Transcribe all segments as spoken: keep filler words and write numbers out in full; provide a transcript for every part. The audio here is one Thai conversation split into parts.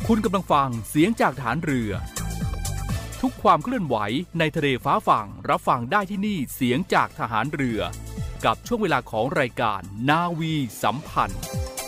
คุณกำลังฟังเสียงจากฐานเรือทุกความเคลื่อนไหวในทะเลฟ้าฝั่งรับฟังได้ที่นี่เสียงจากทหารเรือกับช่วงเวลาของรายการนาวีสัมพันธ์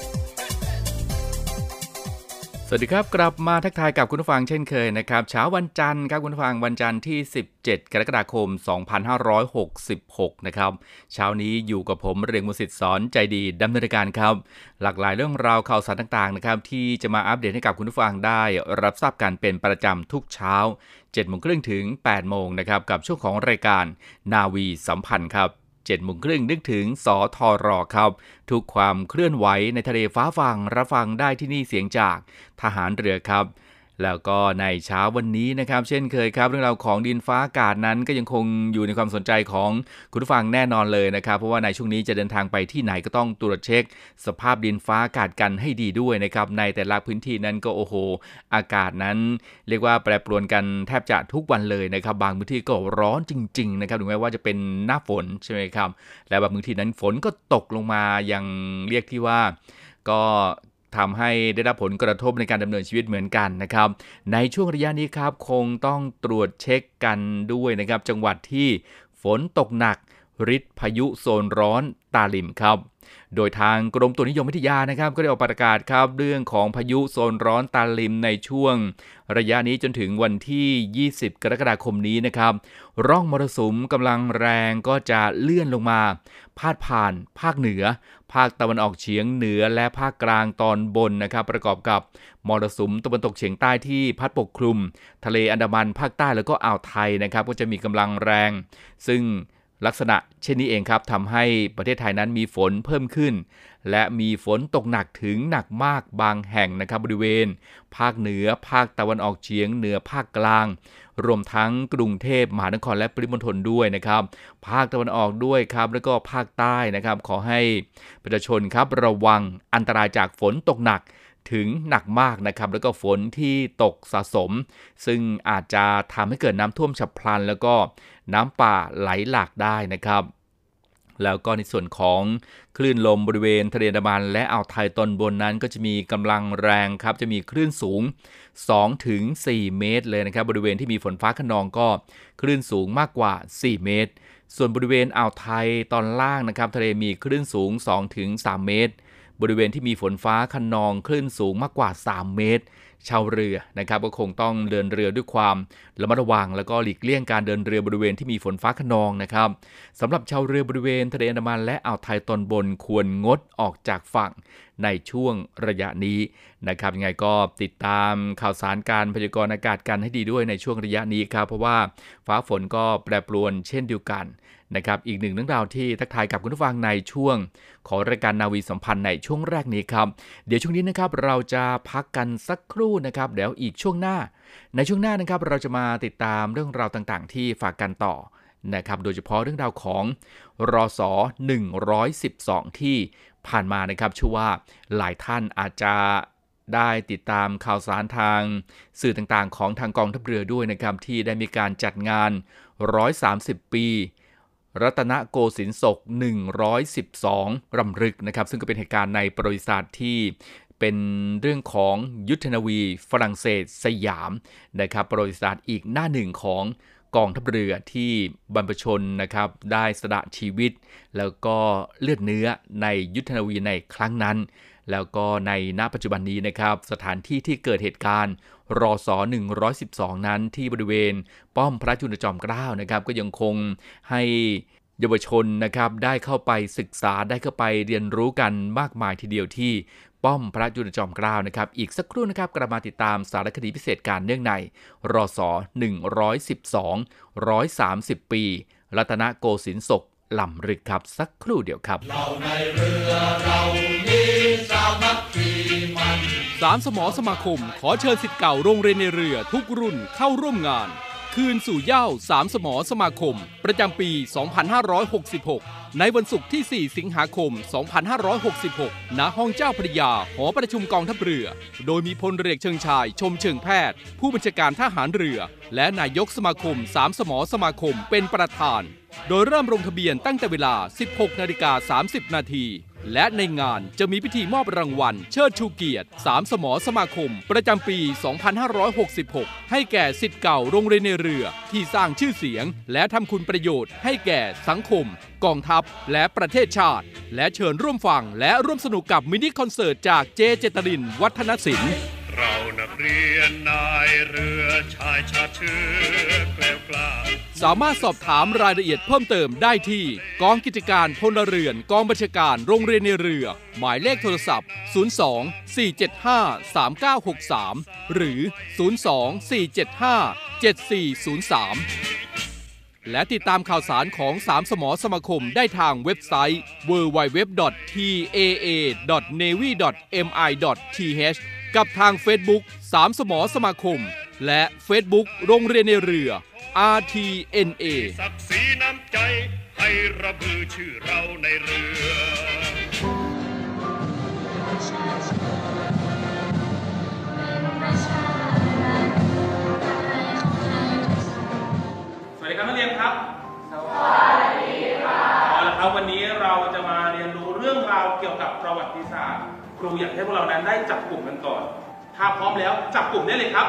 สวัสดีครับกลับมาทักทายกับคุณผู้ฟังเช่นเคยนะครับเช้าวันจันทร์ครับคุณผู้ฟังวันจันทร์ที่สิบเจ็ดกรกฎาคมสองพันห้าร้อยหกสิบหกนะครับเช้านี้อยู่กับผมเรียงมุสิตสอนใจดีดำเนินรายการครับหลากหลายเรื่องราวข่าวสารต่างๆนะครับที่จะมาอัปเดตให้กับคุณผู้ฟังได้รับทราบกันเป็นประจำทุกเช้า เจ็ดโมงครึ่งถึงแปดโมงนะครับกับช่วงของรายการนาวีสัมพันธ์ครับเจ็ดโมงครึ่งนึกถึงสทรครับทุกความเคลื่อนไหวในทะเลฟ้าฝั่งรับฟังได้ที่นี่เสียงจากทหารเรือครับแล้วก็ในเช้าวันนี้นะครับเช่นเคยครับเรื่องราวของดินฟ้าอากาศนั้นก็ยังคงอยู่ในความสนใจของคุณผู้ฟังแน่นอนเลยนะครับเพราะว่าในช่วงนี้จะเดินทางไปที่ไหนก็ต้องตรวจเช็คสภาพดินฟ้าอากาศกันให้ดีด้วยนะครับในแต่ละพื้นที่นั้นก็โอ้โหอากาศนั้นเรียกว่าแปรปรวนกันแทบจะทุกวันเลยนะครับบางพื้นที่ก็ร้อนจริงๆนะครับถึงแม้ว่าจะเป็นหน้าฝนใช่ไหมครับและบางพื้นที่นั้นฝนก็ตกลงมาอย่างเรียกที่ว่าก็ทำให้ได้รับผลกระทบในการดำเนินชีวิตเหมือนกันนะครับในช่วงระยะนี้ครับคงต้องตรวจเช็คกันด้วยนะครับจังหวัดที่ฝนตกหนักฤทธิ์พายุโซนร้อนตาลิมครับโดยทางกรมอุตุนิยมวิทยานะครับก็ได้ออกประกาศครับเรื่องของพายุโซนร้อนตาลิมในช่วงระยะนี้จนถึงวันที่ยี่สิบกรกฎาคมนี้นะครับร่องมรสุมกำลังแรงก็จะเลื่อนลงมาพาดผ่านภาคเหนือภาคตะวันออกเฉียงเหนือและภาคกลางตอนบนนะครับประกอบกับมรสุมตะวันตกเฉียงใต้ที่พัดปกคลุมทะเลอันดามันภาคใต้แล้วก็อ่าวไทยนะครับก็จะมีกำลังแรงซึ่งลักษณะเช่นนี้เองครับทำให้ประเทศไทยนั้นมีฝนเพิ่มขึ้นและมีฝนตกหนักถึงหนักมากบางแห่งนะครับบริเวณภาคเหนือภาคตะวันออกเฉียงเหนือภาคกลางรวมทั้งกรุงเทพมหานครและปริมณฑลด้วยนะครับภาคตะวันออกด้วยครับแล้วก็ภาคใต้นะครับขอให้ประชาชนครับระวังอันตรายจากฝนตกหนักถึงหนักมากนะครับแล้วก็ฝนที่ตกสะสมซึ่งอาจจะทำให้เกิดน้ำท่วมฉับพลันแล้วก็น้ำป่าไหลหลากได้นะครับแล้วก็ในส่วนของคลื่นลมบริเวณทะเลอันดามันและอ่าวไทยตอนบนนั้นก็จะมีกำลังแรงครับจะมีคลื่นสูง สองถึงสี่ เมตรเลยนะครับบริเวณที่มีฝนฟ้าคะนองก็คลื่นสูงมากกว่าสี่เมตรส่วนบริเวณอ่าวไทยตอนล่างนะครับทะเลมีคลื่นสูง สองถึงสาม เมตรบริเวณที่มีฝนฟ้าคะนองคลื่นสูงมากกว่าสามเมตรชาวเรือนะครับก็คงต้องเดินเรือด้วยความระมัดระวังแล้วก็หลีกเลี่ยงการเดินเรือบริเวณที่มีฝนฟ้าคะนองนะครับสำหรับชาวเรือบริเวณทะเลอันดามันและอ่าวไทยตอนบนควรงดออกจากฝั่งในช่วงระยะนี้นะครับยังไงก็ติดตามข่าวสารการพยากรณ์อากาศกันให้ดีด้วยในช่วงระยะนี้ครับเพราะว่าฟ้าฝนก็แปรปรวนเช่นเดียวกันนะครับอีกหนึ่งเรื่องราวที่ทักทายกับคุณผู้ฟังในช่วงของรายการนาวีสัมพันธ์ในช่วงแรกนี้ครับเดี๋ยวช่วงนี้นะครับเราจะพักกันสักครู่นะครับเดี๋ยวอีกช่วงหน้าในช่วงหน้านะครับเราจะมาติดตามเรื่องราวต่างๆที่ฝากกันต่อนะครับโดยเฉพาะเรื่องราวของรสหนึ่งร้อยสิบสองที่ผ่านมานะครับเชื่อว่าหลายท่านอาจจะได้ติดตามข่าวสารทางสื่อต่างๆของทางกองทัพเรือด้วยนะครับที่ได้มีการจัดงานหนึ่งร้อยสามสิบปีรัตนโกสินทร์ศกหนึ่งร้อยสิบสองรำลึกนะครับซึ่งก็เป็นเหตุการณ์ในประวัติศาสตร์ที่เป็นเรื่องของยุทธนาวีฝรั่งเศสสยามนะครับประวัติศาสตร์อีกหน้าหนึ่งของกองทัพเรือที่บรรพชนนะครับได้สละชีวิตแล้วก็เลือดเนื้อในยุทธนาวีในครั้งนั้นแล้วก็ในณปัจจุบันนี้นะครับสถานที่ที่เกิดเหตุการณ์รสหนึ่งร้อยสิบสองนั้นที่บริเวณป้อมพระจุลจอมเกล้านะครับก็ยังคงให้เยาวชนนะครับได้เข้าไปศึกษาได้เข้าไปเรียนรู้กันมากมายทีเดียวที่ป้อมพระจุลจอมเกล้านะครับอีกสักครู่นะครับกลับมาติดตามสารคดีพิเศษการเนื่องในรสหนึ่งร้อยสิบสอง หนึ่งร้อยสามสิบปีรัตนโกสินทร์ศกลำลึกครับสักครู่เดียวครับเราในเรือเรานี้สามัคคีมันสามสมอสมาคมขอเชิญศิษย์เก่าโรงเรียนในเรือทุกรุ่นเข้าร่วมงานคืนสู่เหย้าสามสมอสมาคมประจำปีสองพันห้าร้อยหกสิบหกในวันศุกร์ที่สี่สิงหาคมสองพันห้าร้อยหกสิบหกณห้องเจ้าพระยาหอประชุมกองทัพเรือโดยมีพลเรือเชิงชายชมเชิงแพทย์ผู้บัญชาการทหารเรือและนายกสมาคมสามสมอสมาคมเป็นประธานโดยเริ่มลงทะเบียนตั้งแต่เวลา สิบหกนาฬิกาสามสิบนาทีและในงานจะมีพิธีมอบรางวัลเชิดชูเกียรติสามสมสมาคมประจำปี สองพันห้าร้อยหกสิบหก ให้แก่ศิษย์เก่าโรงเรียนในเรือที่สร้างชื่อเสียงและทำคุณประโยชน์ให้แก่สังคมกองทัพและประเทศชาติและเชิญร่วมฟังและร่วมสนุกกับมินิคอนเสิร์ตจากเจเจตรินวัฒนศิลป์เรานักเรียนนายเรือชายชาติเชื้อแกล้วกล้าสามารถสอบถามรายละเอียดเพิ่มเติมได้ที่กองกิจการพลเรือนกองบัญชาการโรงเรียนในเรือหมายเลขโทรศัพท์ศูนย์ สอง สี่ เจ็ด ห้า สาม เก้า หก สามหรือศูนย์ สอง สี่ เจ็ด ห้า เจ็ด สี่ ศูนย์ สามและติดตามข่าวสารของสามสมสมาคมได้ทางเว็บไซต์ ดับเบิลยู ดับเบิลยู ดับเบิลยู ดอท ที เอ เอ ดอท เนวี่ ดอท เอ็ม ไอ ดอท ที เอช กับทาง Facebook สามสมสมาคมและ Facebook โรงเรียนในเรือ อาร์ ที เอ็น เอศักดิ์ศรีน้ำใจให้ระบือชื่อเราในเรือสวัสดีครับนักเรียนครับสวัสดีครับเอาละครับวันนี้เราจะมาเรียนรู้เรื่องราวเกี่ยวกับประวัติศาสตร์ครูอยากให้พวกเรานั้นได้จับกลุ่มกันก่อนถ้าพร้อมแล้วจับกลุ่มได้เลยครับ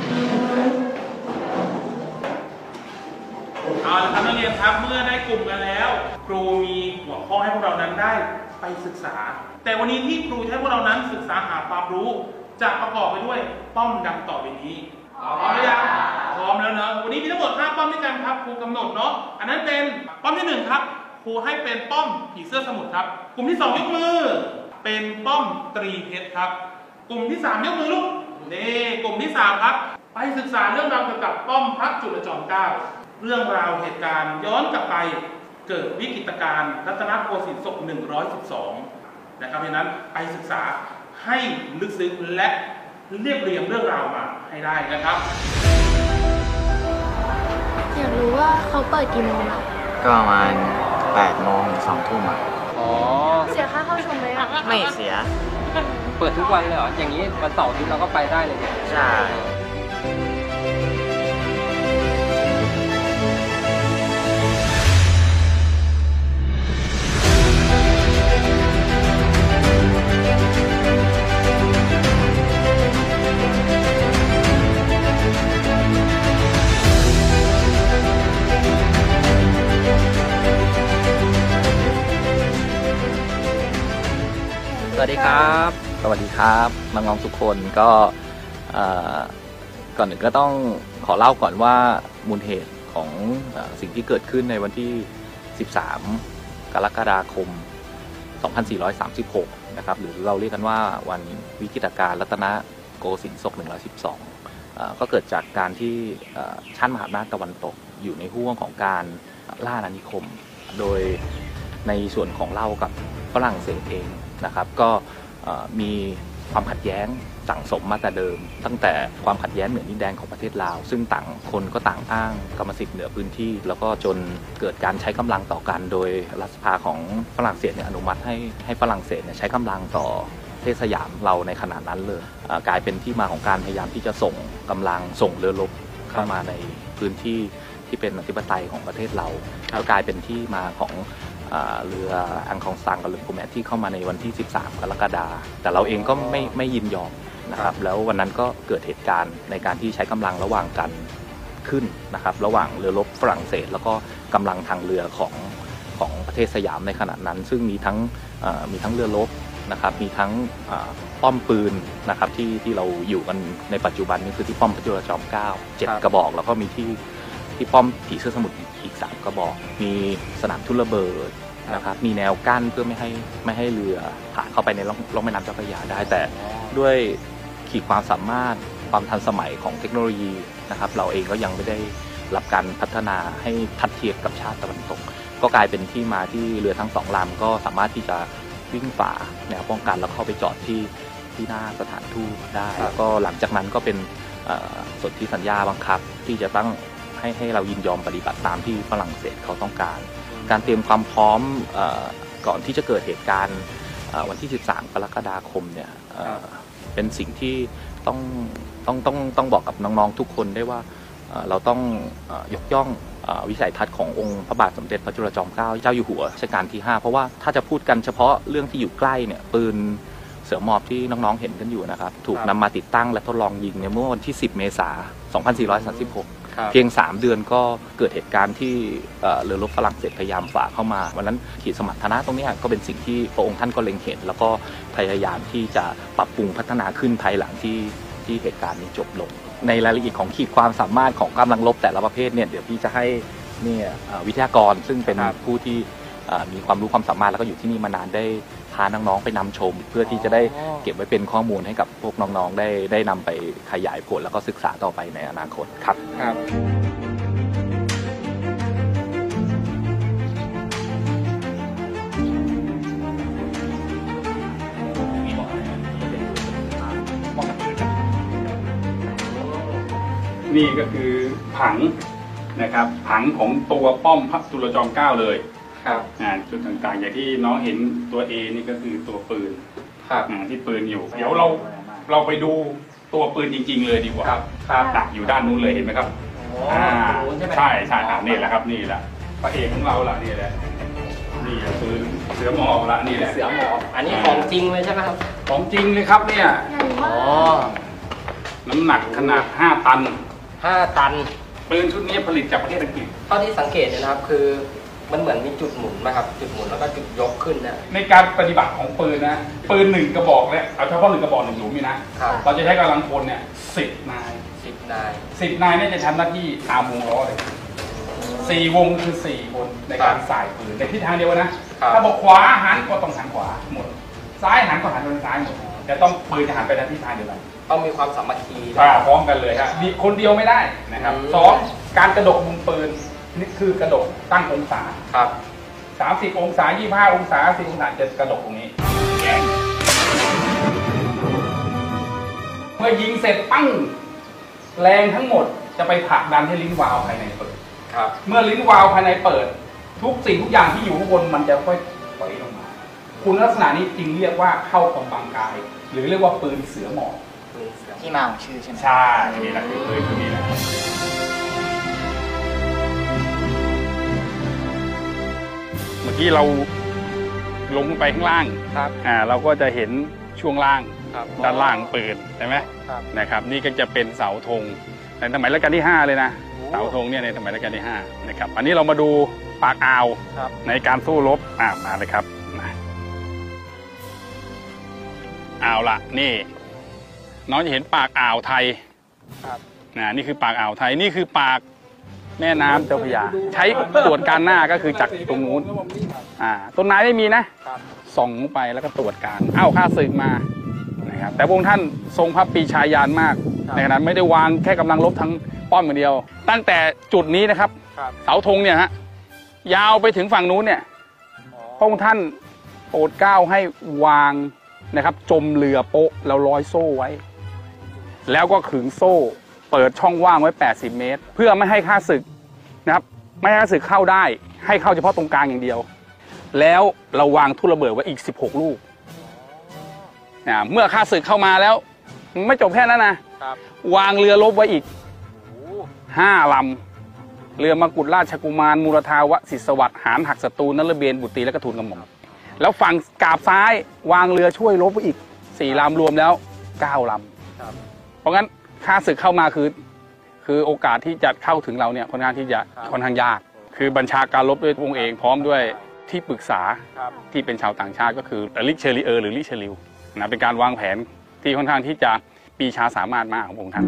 เอาละครับนักเรียนครับเมื่อได้กลุ่มกันแล้วครูมีหัวข้อให้พวกเรานั้นได้ไปศึกษาแต่วันนี้ที่ครูให้พวกเรานั้นศึกษาหาความรู้จะประกอบไปด้วยป้อมดังต่อไปนี้พร้อมหรือยังพร้อมแล้วเนอะวันนี้มีทั้งหมดห้าป้อมด้วยกันครับครูกำหนดเนาะอันนั้นเป็นป้อมที่หนึ่งครับครูให้เป็นป้อมผีเสื้อสมุทรครับกลุ่มที่สองยกมือเป็นป้อมตรีเพชรครับกลุ่มที่สามยกมือลูกนี่กลุ่มที่สามครับไปศึกษาเรื่องราวเกี่ยวกับป้อมพระจุลจอมเกล้าเรื่องราวเหตุการณ์ย้อนกลับไปเกิดวิกฤตการณ์รัตนโกสินทร์ศกหนึ่งร้อยสิบสองนะครับเพราะนั้นไปศึกษาให้ลึกซึ้งและเรียบเรียงเรื่องราวมาให้ได้นะครับอยากรู้ว่าเขาเปิดกี่โมงอะก็ประมาณแปดโมงถึงสองทุ่มอ่ะอ๋อเสียค่าเข้าชมไหมอ่ะไม่เสียเปิดทุกวันเลยเหรออย่างนี้วันเสาร์อาทิตย์เราก็ไปได้เลยใช่สวัสดีครับสวัสดีครับน้องๆทุกคนก็ก่อนหนึ่งก็ต้องขอเล่าก่อนว่ามูลเหตุของสิ่งที่เกิดขึ้นในวันที่สิบสามกรกฎาคมสองพันสี่ร้อยสามสิบหกนะครับหรือเราเรียกกันว่าวันวิกฤตการณ์รัตนโกสินทร์ศกหนึ่งร้อยสิบสองก็เกิดจากการที่ชาติมหาอำนาจตะวันตกอยู่ในห่วงของการล่าอาณานิคมโดยในส่วนของเรากับฝรั่งเศสเองนะครับก็มีความขัดแย้งสั่งสมมาแต่เดิมตั้งแต่ความขัดแย้งเหนือดินแดนของประเทศลาวซึ่งต่างคนก็ต่างอ้างกรรมสิทธิ์เหนือพื้นที่แล้วก็จนเกิดการใช้กำลังต่อกันโดยรัฐสภาของฝรั่งเศสเนี่ยอนุมัติให้ให้ฝรั่งเศสเนี่ยใช้กำลังต่อประเทศสยามเราในขณะนั้นเลยกลายเป็นที่มาของการพยายามที่จะส่งกำลังส่งเรือรบเข้ามาในพื้นที่ที่เป็นอธิปไตยของประเทศเราแล้วกลายเป็นที่มาของเรืออังคองซังกับเรือโคแมทที่เข้ามาในวันที่สิบสามกรกฎาคมแต่เราเองก็ไม่ไม่ยินยอมนะครับแล้ววันนั้นก็เกิดเหตุการณ์ในการที่ใช้กำลังระหว่างกันขึ้นนะครับระหว่างเรือรบฝรั่งเศสแล้วก็กำลังทางเรือของของประเทศสยามในขณะนั้นซึ่งมีทั้งมีทั้งเรือรบนะครับมีทั้งป้อมปืนนะครับที่ที่เราอยู่กันในปัจจุบันนี่คือที่ป้อมพระจุลจอมเกล้าเจ็ดกระบอกแล้วก็มีที่ที่ป้อมผีเสื้อสมุทรอีกสามกระบอกมีสนามทุ่นระเบิดนะครับมีแนวกั้นเพื่อไม่ให้ไม่ให้เรือผ่านเข้าไปในร่องร่องแม่น้ำเจ้าพระยาได้แต่ด้วยขีดความสามารถความทันสมัยของเทคโนโลยีนะครับเราเองก็ยังไม่ได้รับการพัฒนาให้ทัดเทียมกับชาติตะวันตกก็กลายเป็นที่มาที่เรือทั้งสองลำก็สามารถที่จะวิ่งฝ่าแนวป้องกันแล้วเข้าไปจอดที่ที่หน้าสถานทูตได้แล้วก็หลังจากนั้นก็เป็นสนธิสัญญาบังคับที่จะต้องให้ให้เรายินยอมปฏิบัติตามที่ฝรั่งเศสเขาต้องการการเตรียมความพร้อมก่อนที่จะเกิดเหตุการณ์วันที่สิบสามกรกฎาคมเนี่ยเป็นสิ่งที่ต้องต้องต้องต้องบอกกับน้องๆทุกคนได้ว่าเราต้องยกย่องวิสัยทัศน์ขององค์พระบาทสมเด็จพระจุลจอมเกล้าเจ้าอยู่หัวรัชกาลที่ห้าเพราะว่าถ้าจะพูดกันเฉพาะเรื่องที่อยู่ใกล้เนี่ยปืนเสือหมอบที่น้องๆเห็นกันอยู่นะครับถูกนำมาติดตั้งและทดลองยิงในเมื่อวันที่สิบเมษายนสองพันสี่ร้อยสามสิบหกเพียงสามเดือนก็เกิดเหตุการณ์ที่เรือรบฝรั่งเศสพยายามฝ่าเข้ามาวันนั้นขีดสมรรถนะตรงนี้ก็เป็นสิ่งที่พระองค์ท่านก็เล็งเห็นแล้วก็พยายามที่จะปรับปรุงพัฒนาขึ้นภายหลังที่ที่เหตุการณ์นี้จบลงในรายละเอียดของขีดความสามารถของกำลังรบแต่ละประเภทเนี่ยเดี๋ยวพี่จะให้เนี่ยวิทยากรซึ่งเป็นผู้ที่มีความรู้ความสามารถแล้วก็อยู่ที่นี่มานานได้พาน้องๆไปนำชมเพื่อที่จะได้เก็บไว้เป็นข้อมูลให้กับพวกน้องๆได้ได้นำไปขยายผลแล้วก็ศึกษาต่อไปในอนาคตครับครับนี่ก็คือผังนะครับผังของตัวป้อมพระจุลจอมเกล้าเลยครับอ่าจุดต่างๆอย่างที่น้องเห็นตัว A นี่ก็คือตัวปืนครับอ่าที่ปืนอยู่เดี๋ยวเราเราไปดูตัวปืนจริงๆเลยดีกว่าครับครับอยู่ด้านนู้นเลยเห็นไหมครับอ่าใช่ใช่ครับนี่แหละครับนี่แหละพระเอกของเราล่ะนี่แหละนี่ปืนเสือหมอบละนี่แหละเสือหมอบอันนี้ของจริงเลยใช่ไหมครับของจริงเลยครับเนี่ยอ๋อน้ำหนักขนาดห้าตันห้าตันปืนชุดนี้ผลิตจากประเทศอังกฤษเท่าที่สังเกตเนี่ยนะครับคือมันเหมือนมีจุดหมุนนะครับจุดหมุนแล้วก็จุดยกขึ้นนะในการปฏิบัติของปืนนะปืนหนึ่งกระบอกเนี่ยเอาเฉพาะหนึ่งกระบอกหนึ่งหลุมนี่นะเราจะใช้กำลังพลเนี่ยสิบนายสิบนายสิบนายเนี่ยจะทำหน้าที่ตามวงล้อเลยสี่วงคือสี่คนในการสายปืนในทิศทางเดียวนะถ้าบอกขวาหันก็ต้องหันขวาหมดซ้ายหันก็หันไปทางซ้ายหมดแต่ต้องปืนจะหันไปทางทิศทางเดียวกันต้องมีความสามัคคีพร้อมกันเลยครับคนเดียวไม่ได้นะครับสองการกระดกมุมปืนนี่คือกระดกตั้งองศาครับสามสิบองศายี่สิบห้าองศาสิบองศาจะกระดกตรงนี้เมื่อยิงเสร็จปั้งแรงทั้งหมดจะไปผลักดันให้ลิ้นวาล์วภายในเปิดครับเมื่อลิ้นวาล์วภายในเปิดทุกสิ่งทุกอย่างที่อยู่ข้างบนมันจะค่อยถอยลงมาคุณลักษณะนี้จึงเรียกว่าเข้ากำบังกายหรือเรียกว่าปืนเสือหมอบที่มาของชื่อใช่ไหมใช่นี่แหละคือปืนตัวนี้แหละเมื่อกี้เราลงไปข้างล่างครับอ่าเราก็จะเห็นช่วงล่างด้านล่างปืนใช่ไหมนะครับนี่ก็จะเป็นเสาธงในสมัยรัชกาลที่ห้าเลยนะเสาธงเนี่ยในสมัยรัชกาลที่ห้านะครับอันนี้เรามาดูปากอ่าวในการสู้รบอ่ามาเลยครับอ่าวละนี่น้องจะเห็นปากอ่าวไทยนะนี่คือปากอ่าวไทยนี่คือปากแม่น้ำเจ้าพระยาใช้ตรวจการหน้าก็คือจากตรงนู้นอ่าต้นไม้ไม่มีนะส่องไปแล้วก็ตรวจการเอ้าข้าศึกมานะครับแต่พระองค์ท่านทรงพระปรีชาญาณมากในขณะไม่ได้วางแค่กำลังรบทั้งป้อมอย่างเดียวตั้งแต่จุดนี้นะครับเสาธงเนี่ยฮะยาวไปถึงฝั่งนู้นเนี่ยพระองค์ท่านโปรดเกล้าให้วางนะครับจมเรือโป๊ะแล้วร้อยโซ่ไว้แล้วก็ขึงโซ่เปิดช่องว่างไว้แปดสิบเมตรเพื่อไม่ให้ข้าศึกนะครับไม่ให้ข้าศึกเข้าได้ให้เข้าเฉพาะตรงกลางอย่างเดียวแล้วเราวางทุ่นระเบิดไว้อีกสิบหกลูกนะเมื่อข้าศึกเข้ามาแล้วไม่จบแค่นั้นนะวางเรือรบไว้อีกห้าลำเรือมกุฎราชกุมารมูรธาวสิทธิสวัสดิ์หานหักศัตรูนฤเบศรบุตรีและกระทูลกระหม่อมแล้วฝั่งกาบซ้ายวางเรือช่วยรบไว้อีกสี่ลำรวมแล้วเก้าลำเพราะงั้นข้าศึกเข้ามาคือคือโอกาสที่จะเข้าถึงเราเนี่ยค่อนข้างที่จะค่อนข้างยากคือบัญชาการรบด้วยพระองค์เองพร้อมด้วยที่ปรึกษาที่เป็นชาวต่างชาติก็คือลิเชลีเออร์หรือลิเชลิวนะเป็นการวางแผนที่ค่อนข้างที่จะปีชาสามารถมากของพระองค์ท่าน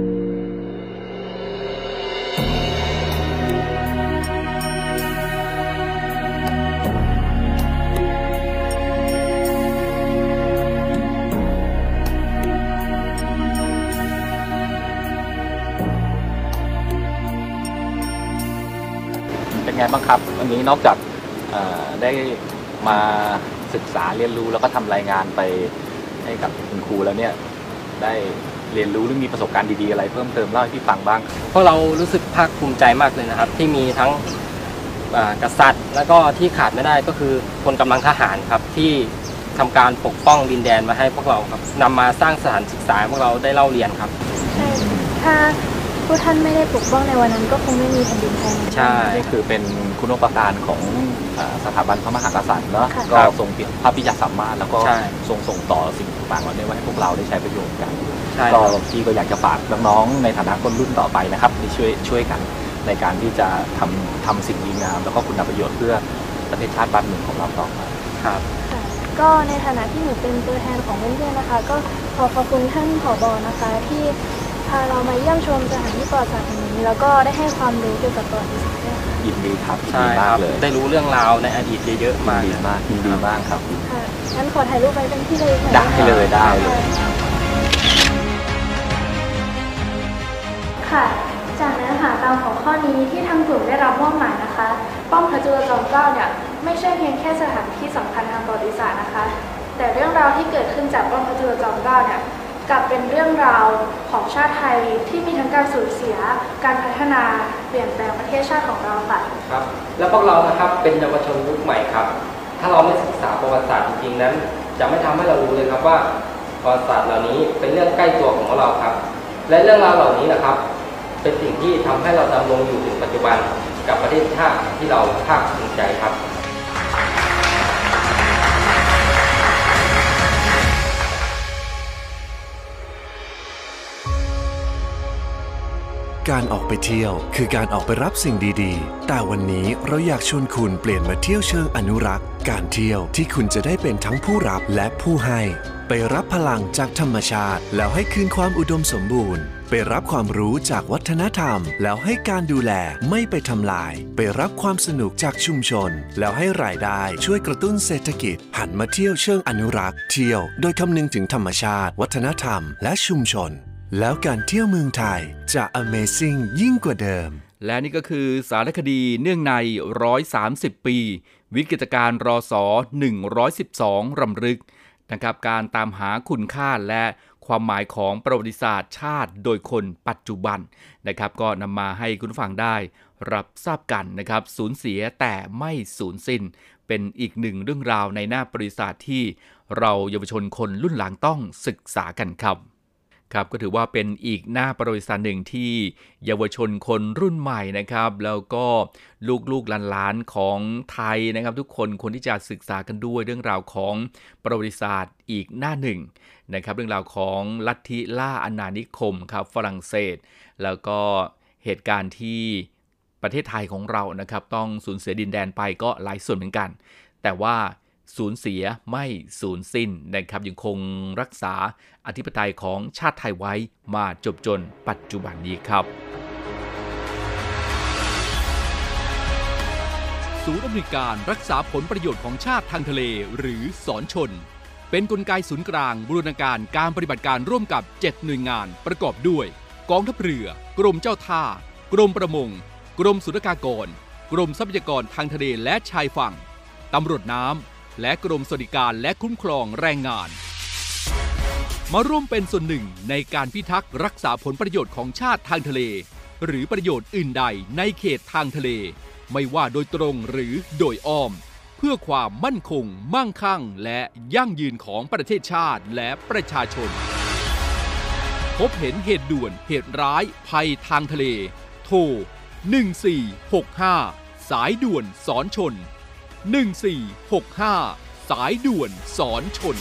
ไงบ้างครับวันนี้นอกจากได้มาศึกษาเรียนรู้แล้วก็ทำรายงานไปให้กับคุณครูแล้วเนี่ยได้เรียนรู้หรือมีประสบการณ์ดีๆอะไรเพิ่มเติมเล่าให้พี่ฟังบ้างพวกเรารู้สึกภาคภูมิใจมากเลยนะครับที่มีทั้งกษัตริย์แล้วก็ที่ขาดไม่ได้ก็คือพลกำลังทหารครับที่ทำการปกป้องดินแดนมาให้พวกเราครับนำมาสร้างสถานศึกษาพวกเราได้เล่าเรียนครับใช่ถ้าผู้ท่านไม่ได้ปกป้องในวันนั้นก็คงไม่มีแผ่นดินไทยใช่คือเป็นคุณูปการของสถาบันพระมหากษัตริย์เนาะก็ทรงเปลี่ยนพระปิยสามารถแล้วก็ทรงส่งต่อสิ่งต่างๆเหล่านี้ไว้ให้พวกเราได้ใช้ประโยชน์กันก็ที่ก็อยากจะฝากน้องๆในฐานะคนรุ่นต่อไปนะครับที่ช่วยช่วยกันในการที่จะทำทำสิ่งดีงามแล้วก็คุณประโยชน์เพื่อประเทศชาติบ้านเมืองของเราต่อไปครับก็ในฐานะที่หนูเป็นตัวแทนของเพื่อนๆนะคะก็ขอขอบคุณท่านผบ.นะคะที่พาเรามาเยี่ยมชมสถานที่ประวัติศาสตร์แห่งนี้แล้วก็ได้ให้ความรู้เกี่ยวกับประวัติศาสตร์ด้วยค่ะยินดีครับใช่ครับได้รู้เรื่องราวในอดีตเยอะๆมากยินดีมากยินดีมากครับค่ะงั้นขอถ่ายรูปไปเป็นที่เลยได้เลยได้เลยค่ะจากเนื้อหาตามหัวข้อนี้ที่ทางกลุ่มได้รับมอบหมายนะคะป้อมพระจุลจอมเกล้าเนี่ยไม่ใช่เพียงแค่สถานที่สำคัญทางประวัติศาสตร์นะคะแต่เรื่องราวที่เกิดขึ้นจากป้อมพระจุลจอมเกล้าเนี่ยกลับเป็นเรื่องราวของชาติไทยที่มีทั้งการสูญเสียการพัฒนาเปลี่ยนแปลงประเทศชาติของเราค่ะครับแล้วพวกเรานะครับเป็นเยาวชนยุคใหม่ครับถ้าเราไม่ศึกษาประวัติศาสตร์จริงๆนั้นจะไม่ทำให้เรารู้เลยครับว่าประวัติศาสตร์เหล่านี้เป็นเรื่องใกล้ตัวของเราครับและเรื่องราวเหล่านี้นะครับเป็นสิ่งที่ทำให้เราดำรงอยู่ถึงปัจจุบันกับประเทศชาติที่เราภาคภูมิใจครับการออกไปเที่ยวคือการออกไปรับสิ่งดีๆแต่วันนี้เราอยากชวนคุณเปลี่ยนมาเที่ยวเชิงอนุรักษ์การเที่ยวที่คุณจะได้เป็นทั้งผู้รับและผู้ให้ไปรับพลังจากธรรมชาติแล้วให้คืนความอุดมสมบูรณ์ไปรับความรู้จากวัฒนธรรมแล้วให้การดูแลไม่ไปทำลายไปรับความสนุกจากชุมชนแล้วให้รายได้ช่วยกระตุ้นเศรษฐกิจหันมาเที่ยวเชิงอนุรักษ์เที่ยวโดยคำนึงถึงธรรมชาติวัฒนธรรมและชุมชนแล้วการเที่ยวเมืองไทยจะ Amazing ยิ่งกว่าเดิมและนี่ก็คือสารคดีเนื่องในหนึ่งร้อยสามสิบปีวิกฤตการณ์รศหนึ่งร้อยสิบสองรำลึกนะครับการตามหาคุณค่าและความหมายของประวัติศาสตร์ชาติโดยคนปัจจุบันนะครับก็นำมาให้คุณผู้ฟังได้รับทราบกันนะครับสูญเสียแต่ไม่สูญสิ้นเป็นอีกหนึ่งเรื่องราวในหน้าประวัติศาสตร์ที่เราเยาวชนคนรุ่นหลังต้องศึกษากันครับครับก็ถือว่าเป็นอีกหน้าประวัติศาสตร์หนึ่งที่เยาวชนคนรุ่นใหม่นะครับแล้วก็ลูกๆหลานๆของไทยนะครับทุกคนคนที่จะศึกษากันด้วยเรื่องราวของประวัติศาสตร์อีกหน้าหนึ่งนะครับเรื่องราวของลัทธิล่าอาณานิคมครับฝรั่งเศสแล้วก็เหตุการณ์ที่ประเทศไทยของเรานะครับต้องสูญเสียดินแดนไปก็หลายส่วนเหมือนกันแต่ว่าสูญเสียไม่สูญสิ้นนะครับยังคงรักษาอธิปไตยของชาติไทยไว้มาจบจนปัจจุบันนี้ครับศูนย์อำนวยการรักษาผลประโยชน์ของชาติทางทะเลหรือศรชนเป็นกลไกศูนย์กลางบูรณาการการปฏิบัติการร่วมกับเจ็ดหน่วยงานประกอบด้วยกองทัพเรือกรมเจ้าท่ากรมประมงกรมศุลกากรกรมทรัพยากรทางทะเลและชายฝั่งตำรวจน้ำและกรมสวัสดิการและคุ้มครองแรงงานมาร่วมเป็นส่วนหนึ่งในการพิทักษ์รักษาผลประโยชน์ของชาติทางทะเลหรือประโยชน์อื่นใดในเขตทางทะเลไม่ว่าโดยตรงหรือโดยอ้อมเพื่อความมั่นคงมั่งคั่งและยั่งยืนของประเทศชาติและประชาชนพบเห็นเหตุด่วนเหตุร้ายภัยทางทะเลโทรหนึ่งสี่หกห้าสายด่วนสอนชนหนึ่งสี่หกห้าสายด่วนสอนชน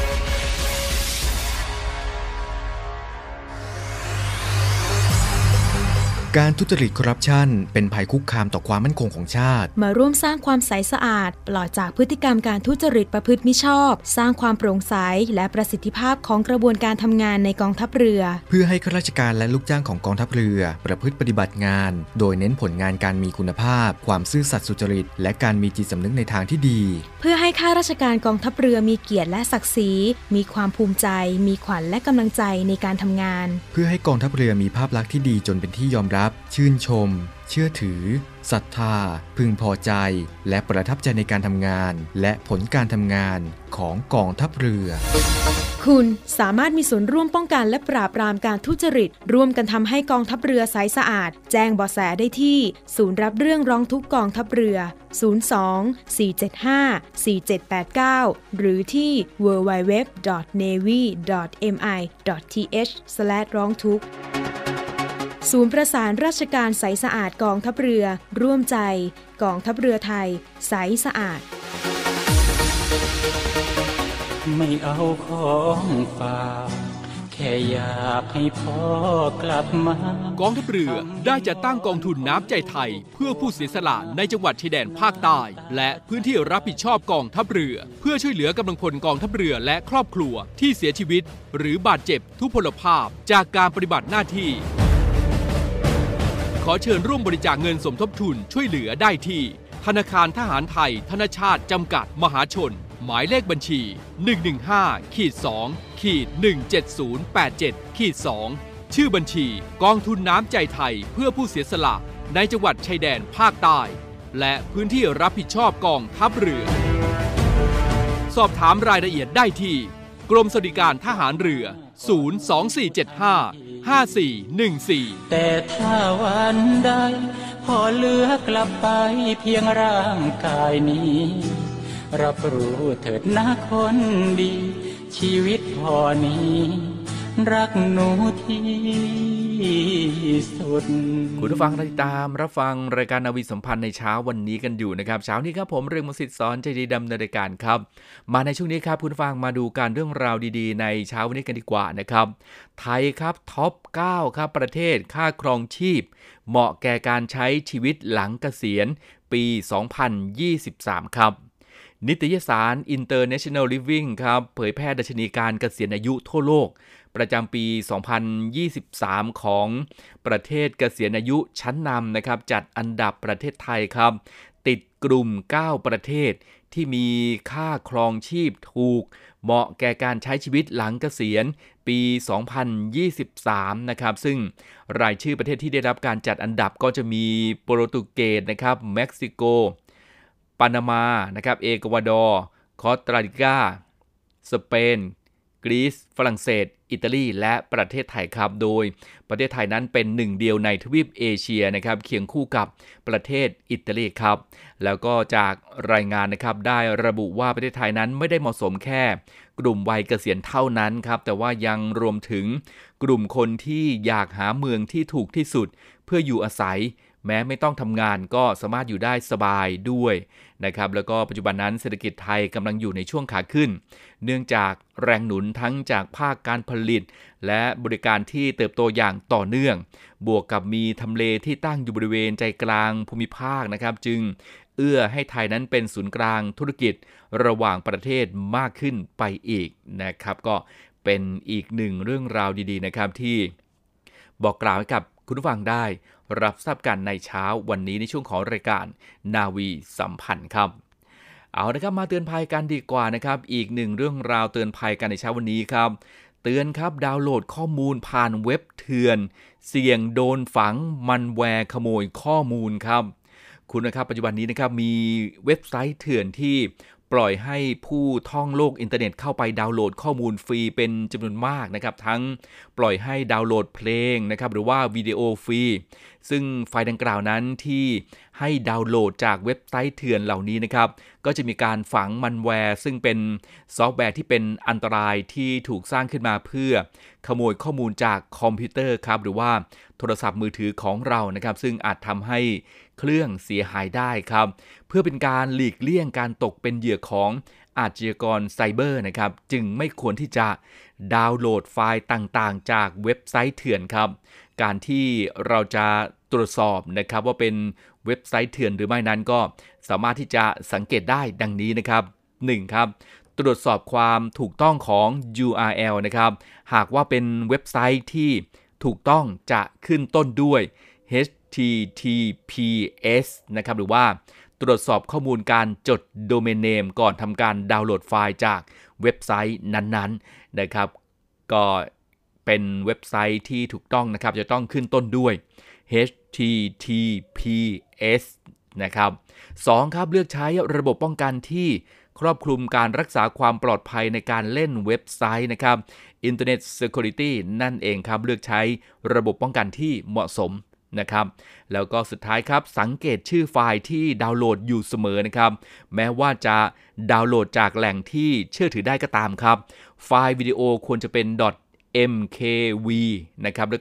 การทุจริตคอร์รัปชันเป็นภัยคุกคามต่อความมั่นคงของชาติมาร่วมสร้างความใสสะอาดปลอดจากพฤติกรรมการทุจริตประพฤติมิชอบสร้างความโปร่งใสและประสิทธิภาพของกระบวนการทำงานในกองทัพเรือเพื่อให้ข้าราชการและลูกจ้างของกองทัพเรือประพฤติปฏิบัติงานโดยเน้นผลงานการมีคุณภาพความซื่อสัตย์สุจริตและการมีจิตสำนึกในทางที่ดีเพื่อให้ข้าราชการกองทัพเรือมีเกียรติและศักดิ์ศรีมีความภูมิใจมีขวัญและกำลังใจในการทำงานเพื่อให้กองทัพเรือมีภาพลักษณ์ที่ดีจนเป็นที่ยอมรับชื่นชมเชื่อถือศรัทธาพึงพอใจและประทับใจในการทำงานและผลการทำงานของกองทัพเรือคุณสามารถมีส่วนร่วมป้องกันและปราบปรามการทุจริตร่วมกันทำให้กองทัพเรือใสสะอาดแจ้งเบาะแสได้ที่ศูนย์รับเรื่องร้องทุกข์กองทัพเรือศูนย์ สอง สี่ เจ็ด ห้า สี่ เจ็ด แปด เก้าหรือที่ ดับเบิลยู ดับเบิลยู ดับเบิลยู ดอท เนวี่ ดอท เอ็ม ไอ ดอท ที เอช สแลช ร้องทุกข์ศูนย์ประสานราชการใสสะอาดกองทัพเรือร่วมใจกองทัพเรือไทยใสสะอาดไม่เอาของฝากแค่อยากให้พ่อกลับมากองทัพเรือได้จัดตั้งกองทุนน้ำใจไทยเพื่อผู้เสียสละในจังหวัดชายแดนภาคใต้และพื้นที่รับผิดชอบกองทัพเรือเพื่อช่วยเหลือกำลังพลกองทัพเรือและครอบครัวที่เสียชีวิตหรือบาดเจ็บทุพพลภาพจากการปฏิบัติหน้าที่ขอเชิญร่วมบริจาคเงินสมทบทุนช่วยเหลือได้ที่ธนาคารทหารไทยธนชาติจำกัดมหาชนหมายเลขบัญชี หนึ่ง หนึ่ง ห้า สอง หนึ่ง เจ็ด ศูนย์ แปด เจ็ด สอง ชื่อบัญชีกองทุนน้ำใจไทยเพื่อผู้เสียสละในจังหวัดชายแดนภาคใต้และพื้นที่รับผิดชอบกองทัพเรือสอบถามรายละเอียดได้ที่กรมสวัสดิการทหารเรือ ศูนย์ สอง สี่ เจ็ด ห้า ห้า สี่ หนึ่ง สี่แต่ถ้าวันใดพอเหลือกลับไปเพียงร่างกายนี้รับรู้เถิดนะคนดีชีวิตพอนี้รักหนูที่สุดคุณผู้ฟังติดตามรับฟังรายการนาวีสัมพันธ์ในเช้าวันนี้กันอยู่นะครับเช้านี้ครับผมเรืองมศิษย์สอนใจดีดำเนินรายการครับมาในช่วงนี้ครับคุณผู้ฟังมาดูการเรื่องราวดีๆในเช้าวันนี้กันดีกว่านะครับไทยครับท็อปเก้าครับประเทศค่าครองชีพเหมาะแก่การใช้ชีวิตหลังเกษียณปีสองพันยี่สิบสามครับนิตยสาร International Living ครับเผยแพร่ดัชนีการเกษียณอายุทั่วโลกประจำปีสองพันยี่สิบสามของประเทศเกษียณอายุชั้นนำนะครับจัดอันดับประเทศไทยครับติดกลุ่มเก้าประเทศที่มีค่าครองชีพถูกเหมาะแก่การใช้ชีวิตหลังเกษียณปีสองพันยี่สิบสามนะครับซึ่งรายชื่อประเทศที่ได้รับการจัดอันดับก็จะมีโปรตุเกสนะครับเม็กซิโกปานามานะครับเอกวาดอร์คอสตาริกาสเปนกรีซฝรั่งเศสอิตาลีและประเทศไทยครับโดยประเทศไทยนั้นเป็นหนึ่งเดียวในทวีปเอเชียนะครับเคียงคู่กับประเทศอิตาลีครับแล้วก็จากรายงานนะครับได้ระบุว่าประเทศไทยนั้นไม่ได้เหมาะสมแค่กลุ่มวัยเกษียณเท่านั้นครับแต่ว่ายังรวมถึงกลุ่มคนที่อยากหาเมืองที่ถูกที่สุดเพื่ออยู่อาศัยแม้ไม่ต้องทำงานก็สามารถอยู่ได้สบายด้วยนะครับแล้วก็ปัจจุบันนั้นเศรษฐกิจไทยกำลังอยู่ในช่วงขาขึ้นเนื่องจากแรงหนุนทั้งจากภาคการผลิตและบริการที่เติบโตอย่างต่อเนื่องบวกกับมีทำเลที่ตั้งอยู่บริเวณใจกลางภูมิภาคนะครับจึงเอื้อให้ไทยนั้นเป็นศูนย์กลางธุรกิจระหว่างประเทศมากขึ้นไปอีกนะครับก็เป็นอีกหนึ่งเรื่องราวดีๆนะครับที่บอกกล่าวให้กับคุณผู้ฟังได้รับทราบกันในเช้าวันนี้ในช่วงของรายการนาวีสัมพันธ์ครับเอาละครับมาเตือนภัยกันดีกว่านะครับอีกหนึ่งเรื่องราวเตือนภัยกันในเช้าวันนี้ครับเตือนครับดาวน์โหลดข้อมูลผ่านเว็บเถื่อนเสี่ยงโดนฝังมันแวร์ขโมยข้อมูลครับคุณนะครับปัจจุบันนี้นะครับมีเว็บไซต์เถื่อนที่ปล่อยให้ผู้ท่องโลกอินเทอร์เน็ตเข้าไปดาวน์โหลดข้อมูลฟรีเป็นจำนวนมากนะครับทั้งปล่อยให้ดาวน์โหลดเพลงนะครับหรือว่าวิดีโอฟรีซึ่งไฟล์ดังกล่าวนั้นที่ให้ดาวน์โหลดจากเว็บไซต์เถื่อนเหล่านี้นะครับก็จะมีการฝังมันแวร์ซึ่งเป็นซอฟต์แวร์ที่เป็นอันตรายที่ถูกสร้างขึ้นมาเพื่อขโมยข้อมูลจากคอมพิวเตอร์ครับหรือว่าโทรศัพท์มือถือของเรานะครับซึ่งอาจทำให้เครื่องเสียหายได้ครับเพื่อเป็นการหลีกเลี่ยงการตกเป็นเหยื่อของอาชญากรไซเบอร์นะครับจึงไม่ควรที่จะดาวน์โหลดไฟล์ต่างๆจากเว็บไซต์เถื่อนครับการที่เราจะตรวจสอบนะครับว่าเป็นเว็บไซต์เถื่อนหรือไม่นั้นก็สามารถที่จะสังเกตได้ดังนี้นะครับหนึ่งครับตรวจสอบความถูกต้องของ ยู อาร์ แอล นะครับหากว่าเป็นเว็บไซต์ที่ถูกต้องจะขึ้นต้นด้วย เอช ที ที พี เอส นะครับหรือว่าตรวจสอบข้อมูลการจดโดเมนเนมก่อนทำการดาวน์โหลดไฟล์จากเว็บไซต์นั้นๆนะครับก็เป็นเว็บไซต์ที่ถูกต้องนะครับจะต้องขึ้นต้นด้วย เอช ที ที พี เอส นะครับสองครับเลือกใช้ระบบป้องกันที่ครอบคลุมการรักษาความปลอดภัยในการเล่นเว็บไซต์นะครับ Internet Security นั่นเองครับเลือกใช้ระบบป้องกันที่เหมาะสมนะครับแล้วก็สุดท้ายครับสังเกตชื่อไฟล์ที่ดาวน์โหลดอยู่เสมอนะครับแม้ว่าจะดาวน์โหลดจากแหล่งที่เชื่อถือได้ก็ตามครับไฟล์วิดีโอควรจะเป็น .mkv นะครับแล้วก็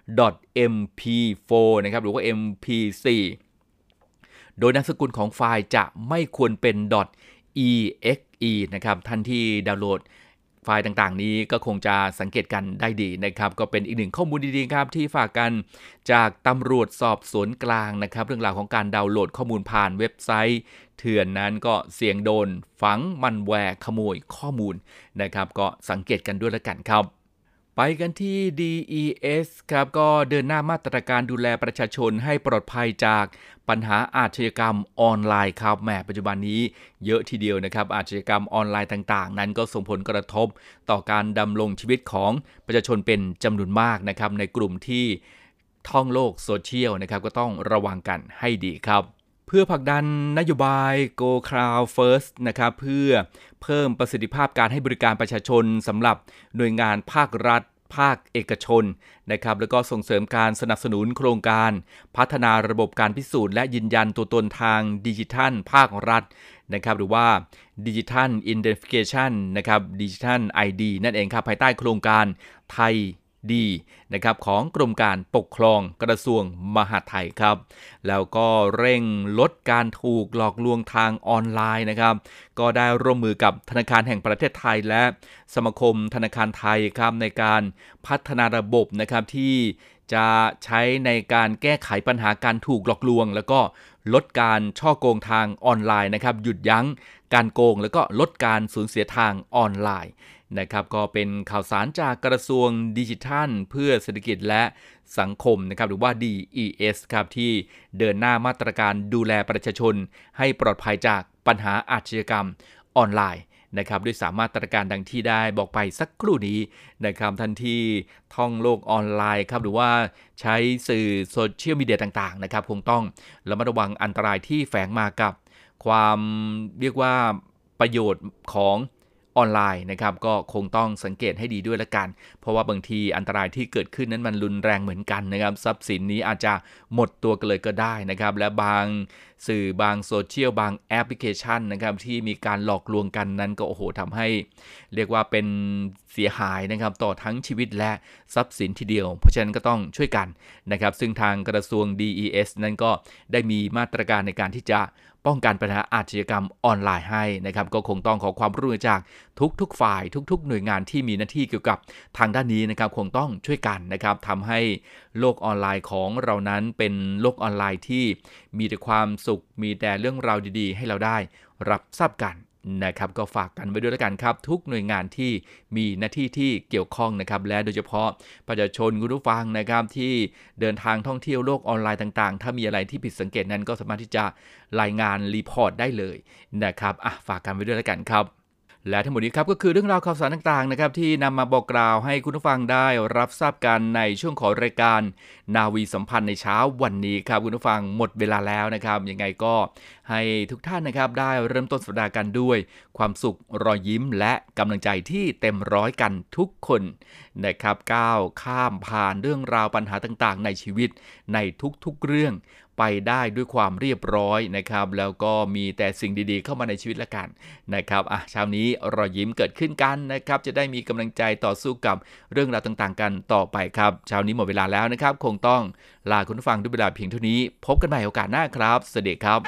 เอ็ม พี โฟร์ นะครับหรือว่า เอ็ม พี โฟร์ โดยนามสกุลของไฟล์จะไม่ควรเป็น อี เอ็กซ์ อี นะครับท่านที่ดาวน์โหลดไฟล์ต่างๆนี้ก็คงจะสังเกตกันได้ดีนะครับก็เป็นอีกหนึ่งข้อมูลดีๆครับที่ฝากกันจากตำรวจสอบสวนกลางนะครับเรื่องราวของการดาวน์โหลดข้อมูลผ่านเว็บไซต์เถื่อนนั้นก็เสี่ยงโดนฝังมันแวร์ขโมยข้อมูลนะครับก็สังเกตกันด้วยละกันครับไปกันที่ ดี อี เอส ครับก็เดินหน้ามาตรการดูแลประชาชนให้ปลอดภัยจากปัญหาอาชญากรรมออนไลน์ครับแหมปัจจุบันนี้เยอะทีเดียวนะครับอาชญากรรมออนไลน์ต่างๆนั้นก็ส่งผลกระทบต่อการดำรงชีวิตของประชาชนเป็นจำนวนมากนะครับในกลุ่มที่ท่องโลกโซเชียลนะครับก็ต้องระวังกันให้ดีครับเพื่อผลักดันนโยบาย Go Cloud First นะครับเพื่อเพิ่มประสิทธิภาพการให้บริการประชาชนสำหรับหน่วยงานภาครัฐภาคเอกชนนะครับแล้วก็ส่งเสริมการสนับสนุนโครงการพัฒนาระบบการพิสูจน์และยืนยันตัวตนทางดิจิทัลภาครัฐนะครับหรือว่า Digital Identification นะครับ Digital ไอ ดี นั่นเองครับภายใต้โครงการไทยดีนะครับของกรมการปกครองกระทรวงมหาดไทยครับแล้วก็เร่งลดการถูกหลอกลวงทางออนไลน์นะครับก็ได้ร่วมมือกับธนาคารแห่งประเทศไทยและสมาคมธนาคารไทยครับในการพัฒนาระบบนะครับที่จะใช้ในการแก้ไขปัญหาการถูกหลอกลวงแล้วก็ลดการช่อโกงทางออนไลน์นะครับหยุดยั้งการโกงแล้วก็ลดการสูญเสียทางออนไลน์นะครับก็เป็นข่าวสารจากกระทรวงดิจิทัลเพื่อเศรษฐกิจและสังคมนะครับหรือว่า ดี อี เอส ครับที่เดินหน้ามาตรการดูแลประชาชนให้ปลอดภัยจากปัญหาอาชญากรรมออนไลน์นะครับด้วยสามารถมาตรการดังที่ได้บอกไปสักครู่นี้นะครับท่านที่ท่องโลกออนไลน์ครับหรือว่าใช้สื่อโซเชียลมีเดียต่างๆนะครับคงต้องระมัดระวังอันตรายที่แฝงมากับความเรียกว่าประโยชน์ของออนไลน์นะครับก็คงต้องสังเกตให้ดีด้วยละกันเพราะว่าบางทีอันตรายที่เกิดขึ้นนั้นมันรุนแรงเหมือนกันนะครับทรัพย์สินนี้อาจจะหมดตัวกันเลยก็ได้นะครับและบางสื่อบางโซเชียลบางแอปพลิเคชันนะครับที่มีการหลอกลวงกันนั้นก็โอ้โหทำให้เรียกว่าเป็นเสียหายนะครับต่อทั้งชีวิตและทรัพย์สินทีเดียวเพราะฉะนั้นก็ต้องช่วยกันนะครับซึ่งทางกระทรวง ดี อี เอส นั้นก็ได้มีมาตรการในการที่จะป้องกันปัญหาอาชญากรรมออนไลน์ให้นะครับก็คงต้องขอความร่วมมือจากทุกๆฝ่ายทุกๆหน่วยงานที่มีหน้าที่เกี่ยวกับทางด้านนี้นะครับคงต้องช่วยกันนะครับทำให้โลกออนไลน์ของเรานั้นเป็นโลกออนไลน์ที่มีแต่ความสุขมีแต่เรื่องราวดีๆให้เราได้รับทราบกันนะครับก็ฝากกันไว้ด้วยแล้วกันครับทุกหน่วยงานที่มีหน้าที่ที่เกี่ยวข้องนะครับและโดยเฉพาะประชาชนคุณผู้ฟังนะครับที่เดินทางท่องเที่ยวโลกออนไลน์ต่างๆถ้ามีอะไรที่ผิดสังเกตนั้นก็สามารถที่จะรายงานรีพอร์ตได้เลยนะครับอ่ะฝากกันไว้ด้วยแล้วกันครับและทั้งหมดนี้ครับก็คือเรื่องราวข่าวสารต่างๆนะครับที่นำมาบอกกล่าวให้คุณผู้ฟังได้รับทราบกันในช่วงของรายการนาวีสัมพันธ์ในเช้าวันนี้ครับคุณผู้ฟังหมดเวลาแล้วนะครับยังไงก็ให้ทุกท่านนะครับได้เริ่มต้นสัปดาห์กันด้วยความสุขรอยยิ้มและกำลังใจที่เต็มร้อยกันทุกคนนะครับก้าวข้ามผ่านเรื่องราวปัญหาต่างๆในชีวิตในทุกๆเรื่องไปได้ด้วยความเรียบร้อยนะครับแล้วก็มีแต่สิ่งดีๆเข้ามาในชีวิตละกันนะครับอ่ะเช้านี้รอยยิ้มเกิดขึ้นกันนะครับจะได้มีกำลังใจต่อสู้กับเรื่องราวต่างๆกันต่อไปครับเช้านี้หมดเวลาแล้วนะครับคงต้องลาคุณผู้ฟังด้วยเวลาเพียงเท่านี้พบกันใหม่โอกาสหน้าครับสวัสดีครับ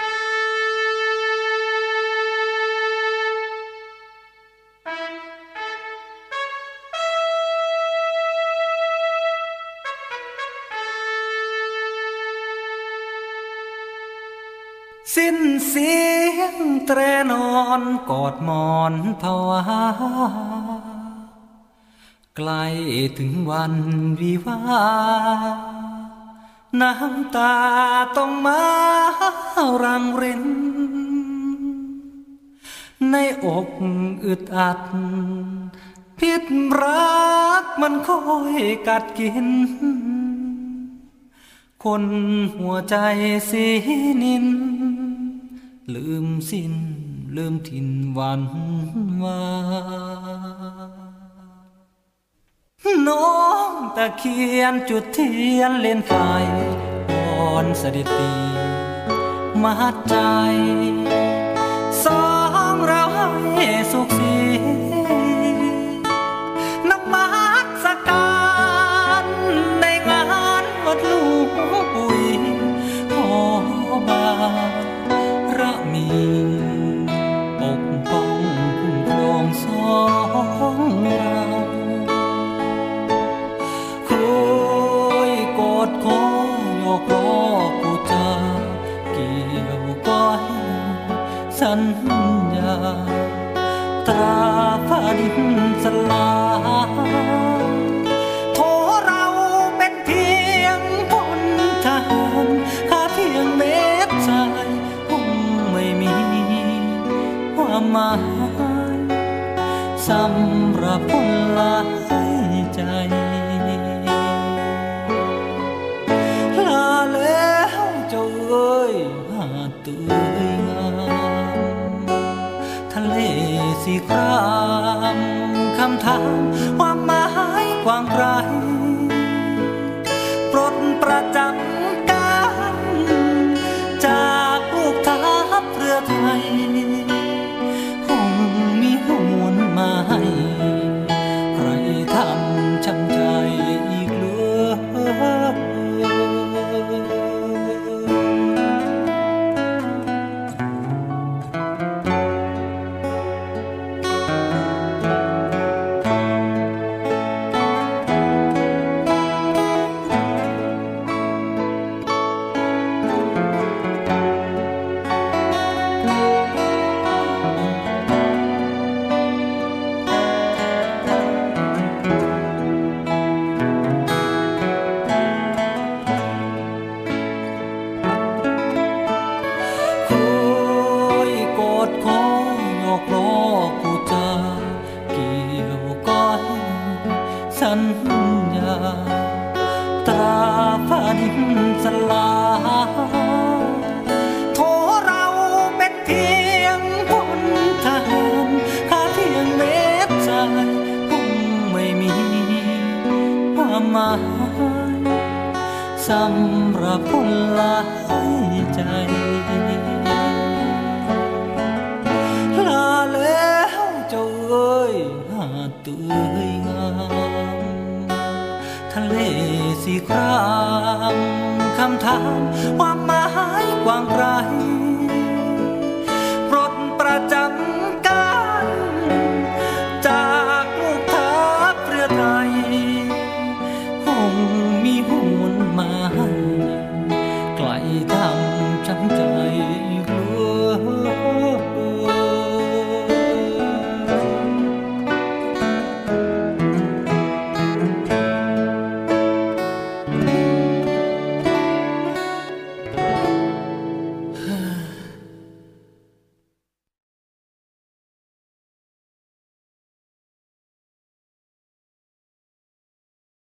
สิ้นเสียงแตรนอนกอดหมอนภาวะใกล้ถึงวันวิวาน้ำตาต้องมารังรินในอกอึดอัดพิษรักมันคอยกัดกินคนหัวใจสีนินลืมสิ้นลืมถิ่นวันวาน้องตะเคียนจุดเทียนเล่นไฟอ่อนเสด็จตีมัดใจสองเราให้สุขสีนับมัดสการในงานระมีปกป้องคุ้มครองสองเราคุยกอดคอยกล้อผู้จาเกี่ยวก้อยสัญญาตราฟ้าดินสลายโทเราเป็นเพียงพลทหารข้าเพียงเม็ดทรายคงไม่มีความหมายสำหรับคนหลายใจลาแล้วเจ้าเอ้ยหาดเตยงามทะเลสีครามคำถามความหมายกว้างไกลปลดประจำการจากลูกทัพเรือไทยคงมีหวนมาให้ใครทำช้ำใจอีกเลยสัญญาตราฟ้าดินสลายโทเราเป็นเพียงพลทหารข้าเพียงเม็ดทรายคงไม่มีความหมายสำหรับคนหลายใจลาแล้วเจ้าเอ้ยหาดเตยงามทะเลสีครามคำถามความหมายกว้างไกล